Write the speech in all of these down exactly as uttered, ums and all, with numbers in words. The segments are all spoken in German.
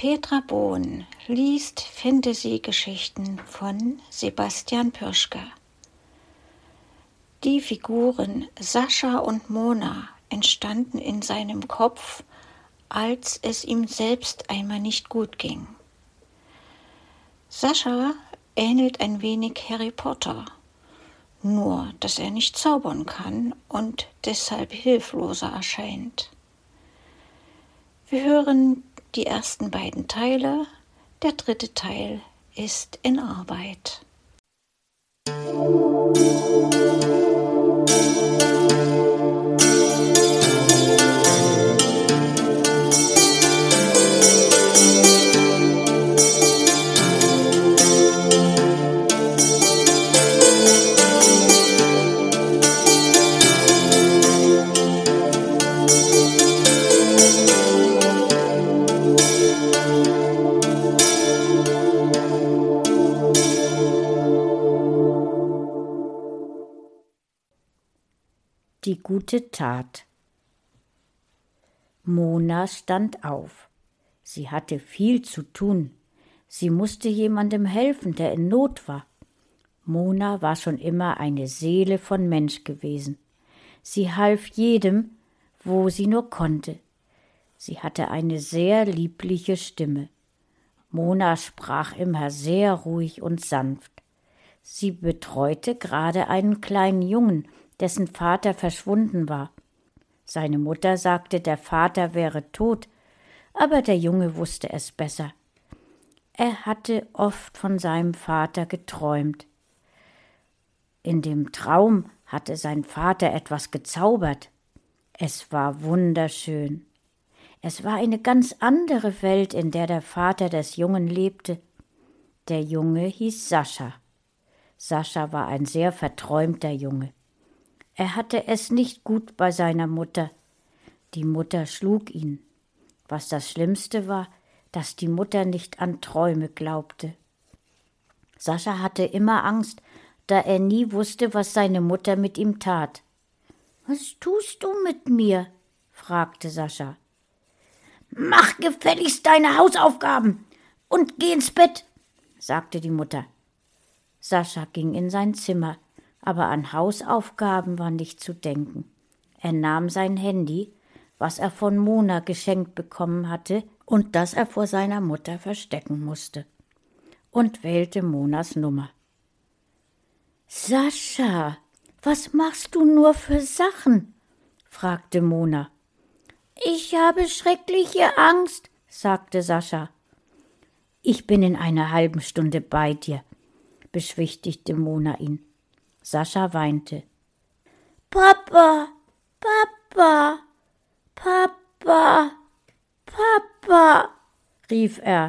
Petra Bohn liest Fantasy-Geschichten von Sebastian Pirschke. Die Figuren Sascha und Mona entstanden in seinem Kopf, als es ihm selbst einmal nicht gut ging. Sascha ähnelt ein wenig Harry Potter, nur dass er nicht zaubern kann und deshalb hilfloser erscheint. Wir hören die ersten beiden Teile, der dritte Teil ist in Arbeit. Die gute Tat. Mona stand auf. Sie hatte viel zu tun. Sie musste jemandem helfen, der in Not war. Mona war schon immer eine Seele von Mensch gewesen. Sie half jedem, wo sie nur konnte. Sie hatte eine sehr liebliche Stimme. Mona sprach immer sehr ruhig und sanft. Sie betreute gerade einen kleinen Jungen, dessen Vater verschwunden war. Seine Mutter sagte, der Vater wäre tot, aber der Junge wusste es besser. Er hatte oft von seinem Vater geträumt. In dem Traum hatte sein Vater etwas gezaubert. Es war wunderschön. Es war eine ganz andere Welt, in der der Vater des Jungen lebte. Der Junge hieß Sascha. Sascha war ein sehr verträumter Junge. Er hatte es nicht gut bei seiner Mutter. Die Mutter schlug ihn. Was das Schlimmste war, dass die Mutter nicht an Träume glaubte. Sascha hatte immer Angst, da er nie wusste, was seine Mutter mit ihm tat. »Was tust du mit mir?« fragte Sascha. »Mach gefälligst deine Hausaufgaben und geh ins Bett«, sagte die Mutter. Sascha ging in sein Zimmer, aber an Hausaufgaben war nicht zu denken. Er nahm sein Handy, was er von Mona geschenkt bekommen hatte und das er vor seiner Mutter verstecken musste, und wählte Monas Nummer. »Sascha, was machst du nur für Sachen?« fragte Mona. »Ich habe schreckliche Angst«, sagte Sascha. »Ich bin in einer halben Stunde bei dir«, beschwichtigte Mona ihn. Sascha weinte. »Papa, Papa, Papa, Papa«, rief er.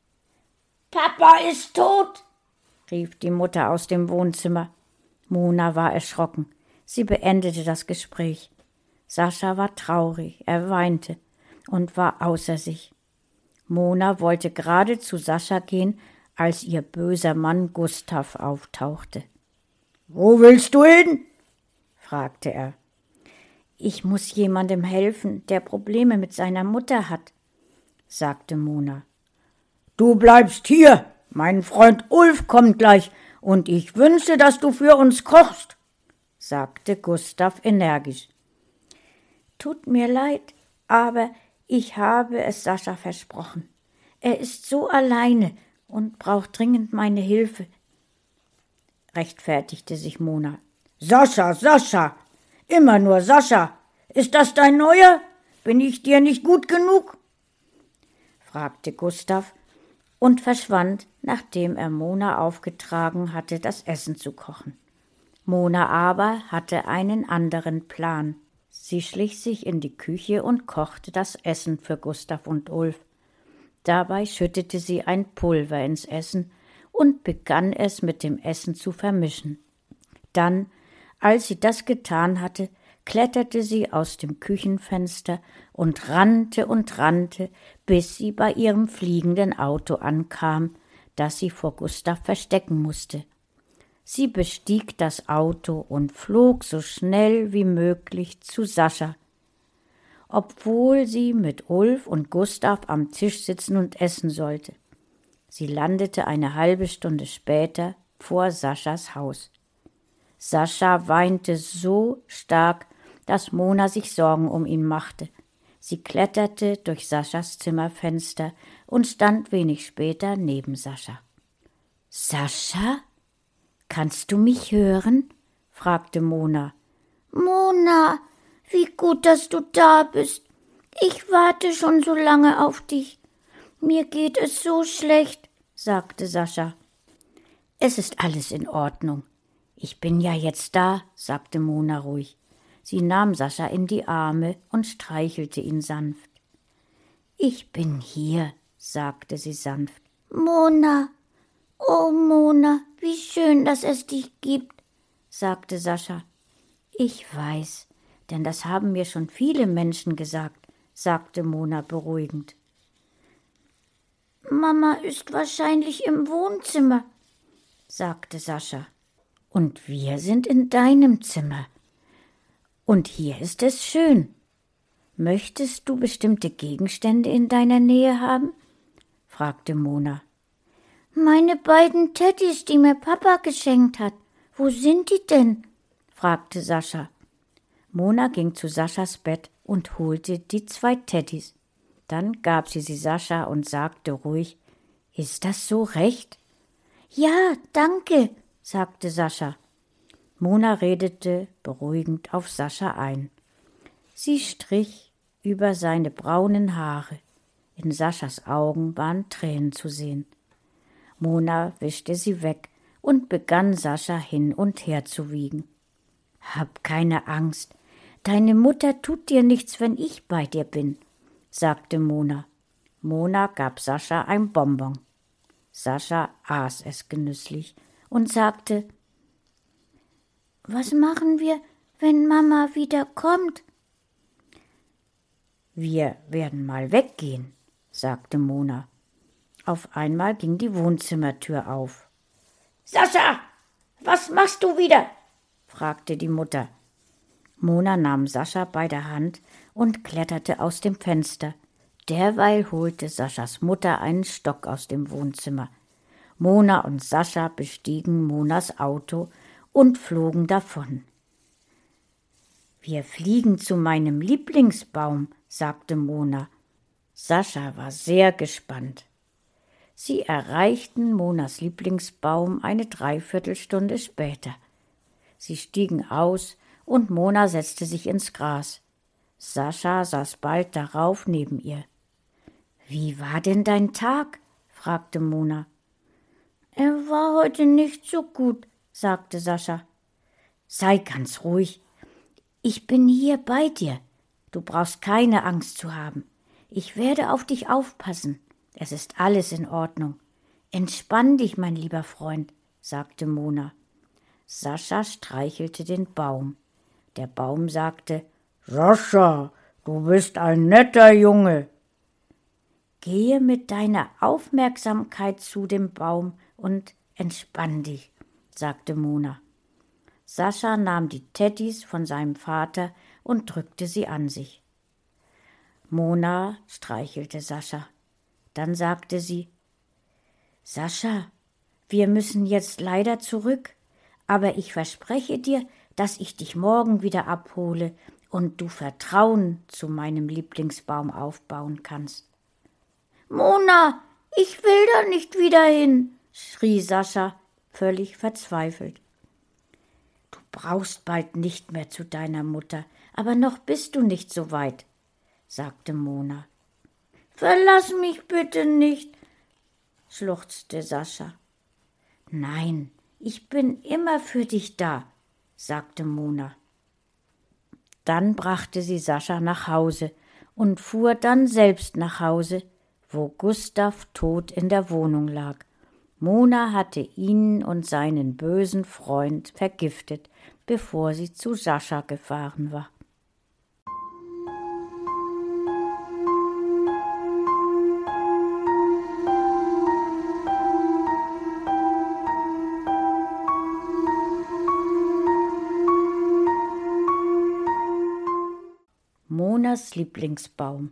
»Papa ist tot«, rief die Mutter aus dem Wohnzimmer. Mona war erschrocken. Sie beendete das Gespräch. Sascha war traurig, er weinte und war außer sich. Mona wollte gerade zu Sascha gehen, als ihr böser Mann Gustav auftauchte. »Wo willst du hin?« fragte er. »Ich muss jemandem helfen, der Probleme mit seiner Mutter hat«, sagte Mona. »Du bleibst hier, mein Freund Ulf kommt gleich, und ich wünsche, dass du für uns kochst«, sagte Gustav energisch. »Tut mir leid, aber ich habe es Sascha versprochen. Er ist so alleine und braucht dringend meine Hilfe«, rechtfertigte sich Mona. »Sascha, Sascha, immer nur Sascha. Ist das dein Neuer? Bin ich dir nicht gut genug?« fragte Gustav und verschwand, nachdem er Mona aufgetragen hatte, das Essen zu kochen. Mona aber hatte einen anderen Plan. Sie schlich sich in die Küche und kochte das Essen für Gustav und Ulf. Dabei schüttete sie ein Pulver ins Essen und begann es mit dem Essen zu vermischen. Dann, als sie das getan hatte, kletterte sie aus dem Küchenfenster und rannte und rannte, bis sie bei ihrem fliegenden Auto ankam, das sie vor Gustav verstecken musste. Sie bestieg das Auto und flog so schnell wie möglich zu Sascha. obwohl sie mit Ulf und Gustav am Tisch sitzen und essen sollte. Sie landete eine halbe Stunde später vor Saschas Haus. Sascha weinte so stark, dass Mona sich Sorgen um ihn machte. Sie kletterte durch Saschas Zimmerfenster und stand wenig später neben Sascha. »Sascha, kannst du mich hören?« fragte Mona. »Mona, wie gut, dass du da bist. Ich warte schon so lange auf dich. Mir geht es so schlecht«, sagte Sascha. »Es ist alles in Ordnung. Ich bin ja jetzt da«, sagte Mona ruhig. Sie nahm Sascha in die Arme und streichelte ihn sanft. »Ich bin hier«, sagte sie sanft. »Mona, oh Mona, wie schön, dass es dich gibt«, sagte Sascha. »Ich weiß, denn das haben mir schon viele Menschen gesagt«, sagte Mona beruhigend. »Mama ist wahrscheinlich im Wohnzimmer«, sagte Sascha. »Und wir sind in deinem Zimmer. Und hier ist es schön. Möchtest du bestimmte Gegenstände in deiner Nähe haben?« fragte Mona. »Meine beiden Teddys, die mir Papa geschenkt hat, wo sind die denn?« fragte Sascha. Mona ging zu Saschas Bett und holte die zwei Teddys. Dann gab sie sie Sascha und sagte ruhig, »Ist das so recht?« »Ja, danke«, sagte Sascha. Mona redete beruhigend auf Sascha ein. Sie strich über seine braunen Haare. In Saschas Augen waren Tränen zu sehen. Mona wischte sie weg und begann Sascha hin und her zu wiegen. »Hab keine Angst, deine Mutter tut dir nichts, wenn ich bei dir bin«, sagte Mona. Mona gab Sascha ein Bonbon. Sascha aß es genüsslich und sagte, »Was machen wir, wenn Mama wieder kommt?« »Wir werden mal weggehen«, sagte Mona. Auf einmal ging die Wohnzimmertür auf. »Sascha, was machst du wieder?« fragte die Mutter. Mona nahm Sascha bei der Hand und kletterte aus dem Fenster. Derweil holte Saschas Mutter einen Stock aus dem Wohnzimmer. Mona und Sascha bestiegen Monas Auto und flogen davon. »Wir fliegen zu meinem Lieblingsbaum«, sagte Mona. Sascha war sehr gespannt. Sie erreichten Monas Lieblingsbaum eine Dreiviertelstunde später. Sie stiegen aus und Mona setzte sich ins Gras. Sascha saß bald darauf neben ihr. »Wie war denn dein Tag?« fragte Mona. »Er war heute nicht so gut«, sagte Sascha. »Sei ganz ruhig. Ich bin hier bei dir. Du brauchst keine Angst zu haben. Ich werde auf dich aufpassen. Es ist alles in Ordnung. Entspann dich, mein lieber Freund«, sagte Mona. Sascha streichelte den Baum. Der Baum sagte, »Sascha, du bist ein netter Junge.« »Gehe mit deiner Aufmerksamkeit zu dem Baum und entspann dich«, sagte Mona. Sascha nahm die Teddys von seinem Vater und drückte sie an sich. Mona streichelte Sascha. Dann sagte sie, »Sascha, wir müssen jetzt leider zurück, aber ich verspreche dir, dass ich dich morgen wieder abhole und du Vertrauen zu meinem Lieblingsbaum aufbauen kannst.« »Mona, ich will da nicht wieder hin«, schrie Sascha, völlig verzweifelt. »Du brauchst bald nicht mehr zu deiner Mutter, aber noch bist du nicht so weit«, sagte Mona. »Verlass mich bitte nicht«, schluchzte Sascha. »Nein, ich bin immer für dich da«, sagte Mona. Dann brachte sie Sascha nach Hause und fuhr dann selbst nach Hause, wo Gustav tot in der Wohnung lag. Mona hatte ihn und seinen bösen Freund vergiftet, bevor sie zu Sascha gefahren war. Monas Monas Lieblingsbaum.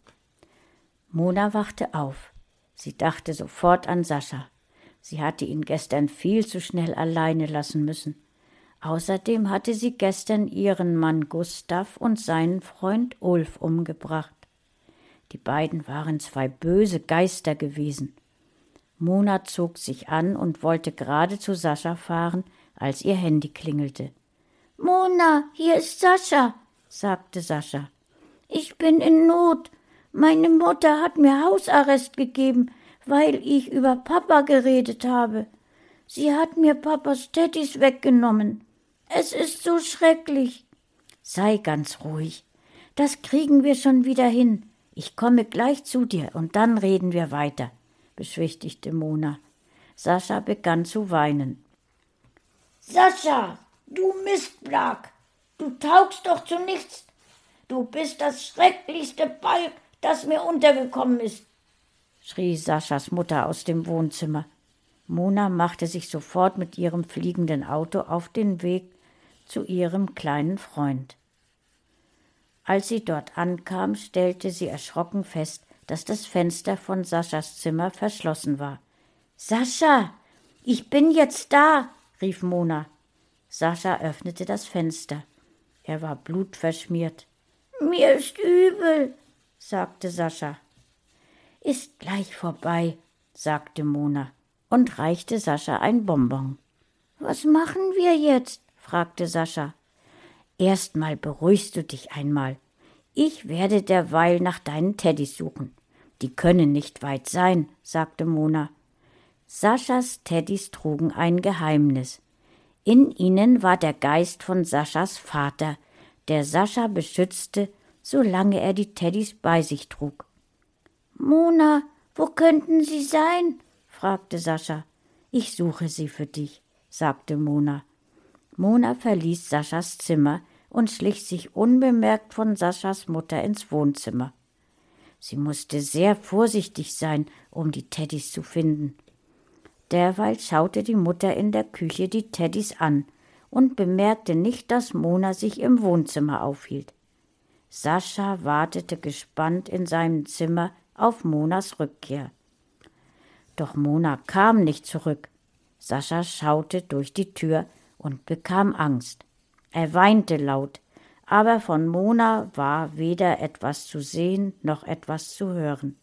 Mona wachte auf. Sie dachte sofort an Sascha. Sie hatte ihn gestern viel zu schnell alleine lassen müssen. Außerdem hatte sie gestern ihren Mann Gustav und seinen Freund Ulf umgebracht. Die beiden waren zwei böse Geister gewesen. Mona zog sich an und wollte gerade zu Sascha fahren, als ihr Handy klingelte. »Mona, hier ist Sascha«, sagte Sascha. »Ich bin in Not. Meine Mutter hat mir Hausarrest gegeben, weil ich über Papa geredet habe. Sie hat mir Papas Teddys weggenommen. Es ist so schrecklich.« »Sei ganz ruhig. Das kriegen wir schon wieder hin. Ich komme gleich zu dir und dann reden wir weiter«, beschwichtigte Mona. Sascha begann zu weinen. »Sascha, du Mistblag, du taugst doch zu nichts. Du bist das schrecklichste Balg, das mir untergekommen ist«, schrie Saschas Mutter aus dem Wohnzimmer. Mona machte sich sofort mit ihrem fliegenden Auto auf den Weg zu ihrem kleinen Freund. Als sie dort ankam, stellte sie erschrocken fest, dass das Fenster von Saschas Zimmer verschlossen war. »Sascha, ich bin jetzt da«, rief Mona. Sascha öffnete das Fenster. Er war blutverschmiert. »Mir ist übel«, sagte Sascha. »Ist gleich vorbei«, sagte Mona und reichte Sascha ein Bonbon. »Was machen wir jetzt?«, fragte Sascha. »Erst mal beruhigst du dich einmal. Ich werde derweil nach deinen Teddys suchen. Die können nicht weit sein«, sagte Mona. Saschas Teddys trugen ein Geheimnis. In ihnen war der Geist von Saschas Vater, der Sascha beschützte, solange er die Teddys bei sich trug. »Mona, wo könnten sie sein?«, fragte Sascha. »Ich suche sie für dich«, sagte Mona. Mona verließ Saschas Zimmer und schlich sich unbemerkt von Saschas Mutter ins Wohnzimmer. Sie musste sehr vorsichtig sein, um die Teddys zu finden. Derweil schaute die Mutter in der Küche die Teddys an und bemerkte nicht, dass Mona sich im Wohnzimmer aufhielt. Sascha wartete gespannt in seinem Zimmer auf Monas Rückkehr. Doch Mona kam nicht zurück. Sascha schaute durch die Tür und bekam Angst. Er weinte laut, aber von Mona war weder etwas zu sehen noch etwas zu hören.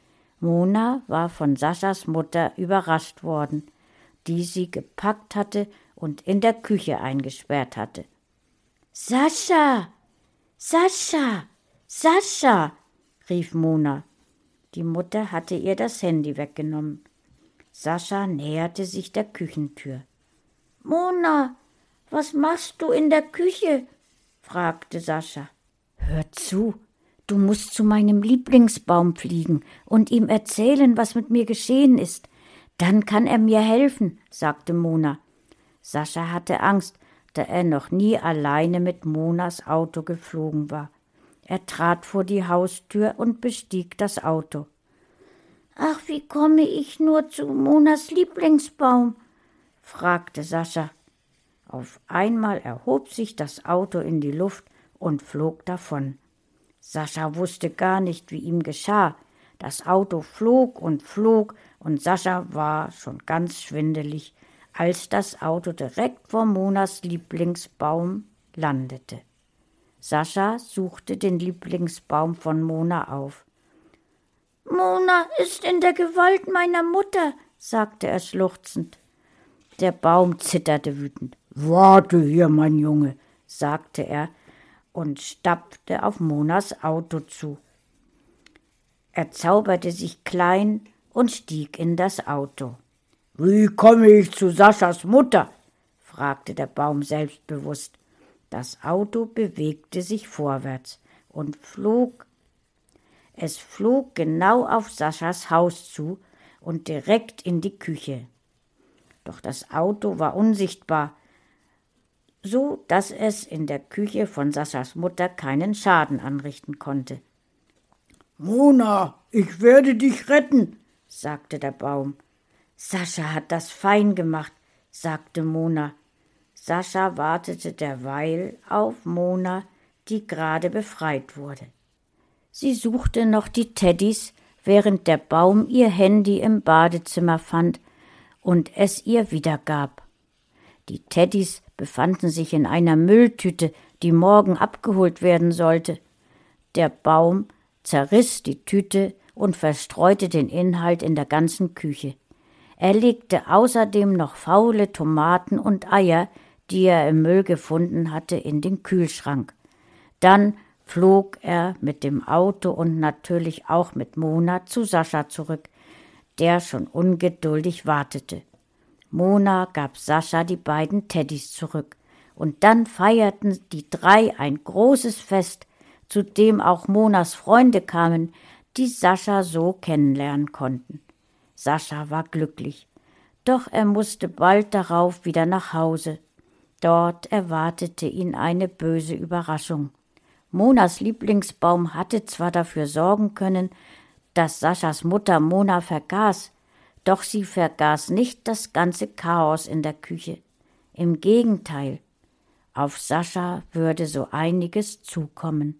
Mona war von Saschas Mutter überrascht worden, die sie gepackt hatte und in der Küche eingesperrt hatte. »Sascha! Sascha! Sascha!« rief Mona. Die Mutter hatte ihr das Handy weggenommen. Sascha näherte sich der Küchentür. »Mona, was machst du in der Küche?«, fragte Sascha. »Hör zu, du musst zu meinem Lieblingsbaum fliegen und ihm erzählen, was mit mir geschehen ist. Dann kann er mir helfen«, sagte Mona. Sascha hatte Angst, da er noch nie alleine mit Monas Auto geflogen war. Er trat vor die Haustür und bestieg das Auto. »Ach, wie komme ich nur zu Monas Lieblingsbaum?«, fragte Sascha. Auf einmal erhob sich das Auto in die Luft und flog davon. Sascha wusste gar nicht, wie ihm geschah. Das Auto flog und flog und Sascha war schon ganz schwindelig, als das Auto direkt vor Monas Lieblingsbaum landete. Sascha suchte den Lieblingsbaum von Mona auf. »Mona ist in der Gewalt meiner Mutter«, sagte er schluchzend. Der Baum zitterte wütend. »Warte hier, mein Junge«, sagte er und stapfte auf Monas Auto zu. Er zauberte sich klein und stieg in das Auto. »Wie komme ich zu Saschas Mutter?«, fragte der Baum selbstbewusst. Das Auto bewegte sich vorwärts und flog. Es flog genau auf Saschas Haus zu und direkt in die Küche. Doch das Auto war unsichtbar, so dass es in der Küche von Saschas Mutter keinen Schaden anrichten konnte. »Mona, ich werde dich retten«, sagte der Baum. »Sascha hat das fein gemacht«, sagte Mona. Sascha wartete derweil auf Mona, die gerade befreit wurde. Sie suchte noch die Teddys, während der Baum ihr Handy im Badezimmer fand und es ihr wiedergab. Die Teddys befanden sich in einer Mülltüte, die morgen abgeholt werden sollte. Der Baum zerriss die Tüte und verstreute den Inhalt in der ganzen Küche. Er legte außerdem noch faule Tomaten und Eier, die er im Müll gefunden hatte, in den Kühlschrank. Dann flog er mit dem Auto und natürlich auch mit Mona zu Sascha zurück, der schon ungeduldig wartete. Mona gab Sascha die beiden Teddys zurück, und dann feierten die drei ein großes Fest, zu dem auch Monas Freunde kamen, die Sascha so kennenlernen konnten. Sascha war glücklich, doch er musste bald darauf wieder nach Hause. Dort erwartete ihn eine böse Überraschung. Monas Lieblingsbaum hatte zwar dafür sorgen können, dass Saschas Mutter Mona vergaß, doch sie vergaß nicht das ganze Chaos in der Küche. Im Gegenteil, auf Sascha würde so einiges zukommen.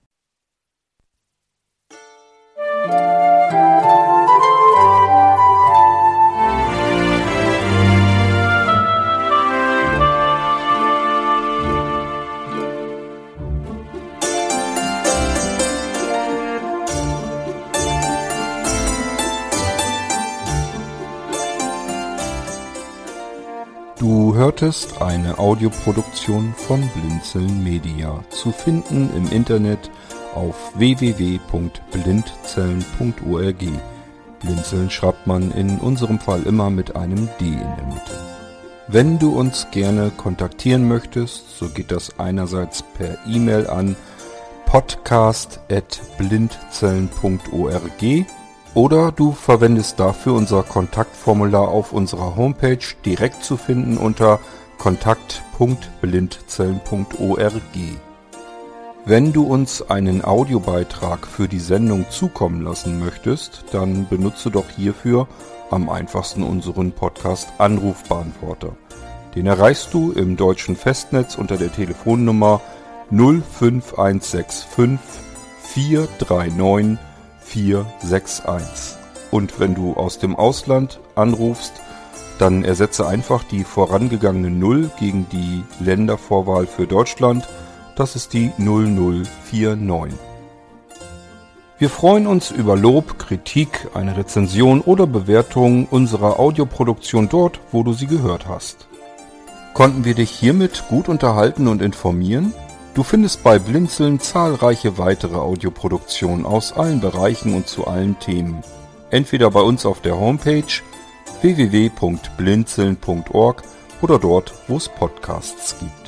Du hörtest eine Audioproduktion von Blinzeln Media, zu finden im Internet auf w w w punkt blindzellen punkt org. Blinzeln schreibt man in unserem Fall immer mit einem D in der Mitte. Wenn du uns gerne kontaktieren möchtest, so geht das einerseits per E-Mail an podcast at blindzellen punkt org oder du verwendest dafür unser Kontaktformular auf unserer Homepage, direkt zu finden unter kontakt punkt blindzellen punkt org. Wenn du uns einen Audiobeitrag für die Sendung zukommen lassen möchtest, dann benutze doch hierfür am einfachsten unseren Podcast Anrufbeantworter. Den erreichst du im deutschen Festnetz unter der Telefonnummer null fünf eins sechs fünf vier drei neun vier sechs eins. Und wenn du aus dem Ausland anrufst, dann ersetze einfach die vorangegangene null gegen die Ländervorwahl für Deutschland. Das ist die null null vier neun. Wir freuen uns über Lob, Kritik, eine Rezension oder Bewertung unserer Audioproduktion dort, wo du sie gehört hast. Konnten wir dich hiermit gut unterhalten und informieren? Du findest bei Blinzeln zahlreiche weitere Audioproduktionen aus allen Bereichen und zu allen Themen. Entweder bei uns auf der Homepage w w w punkt blinzeln punkt org oder dort, wo es Podcasts gibt.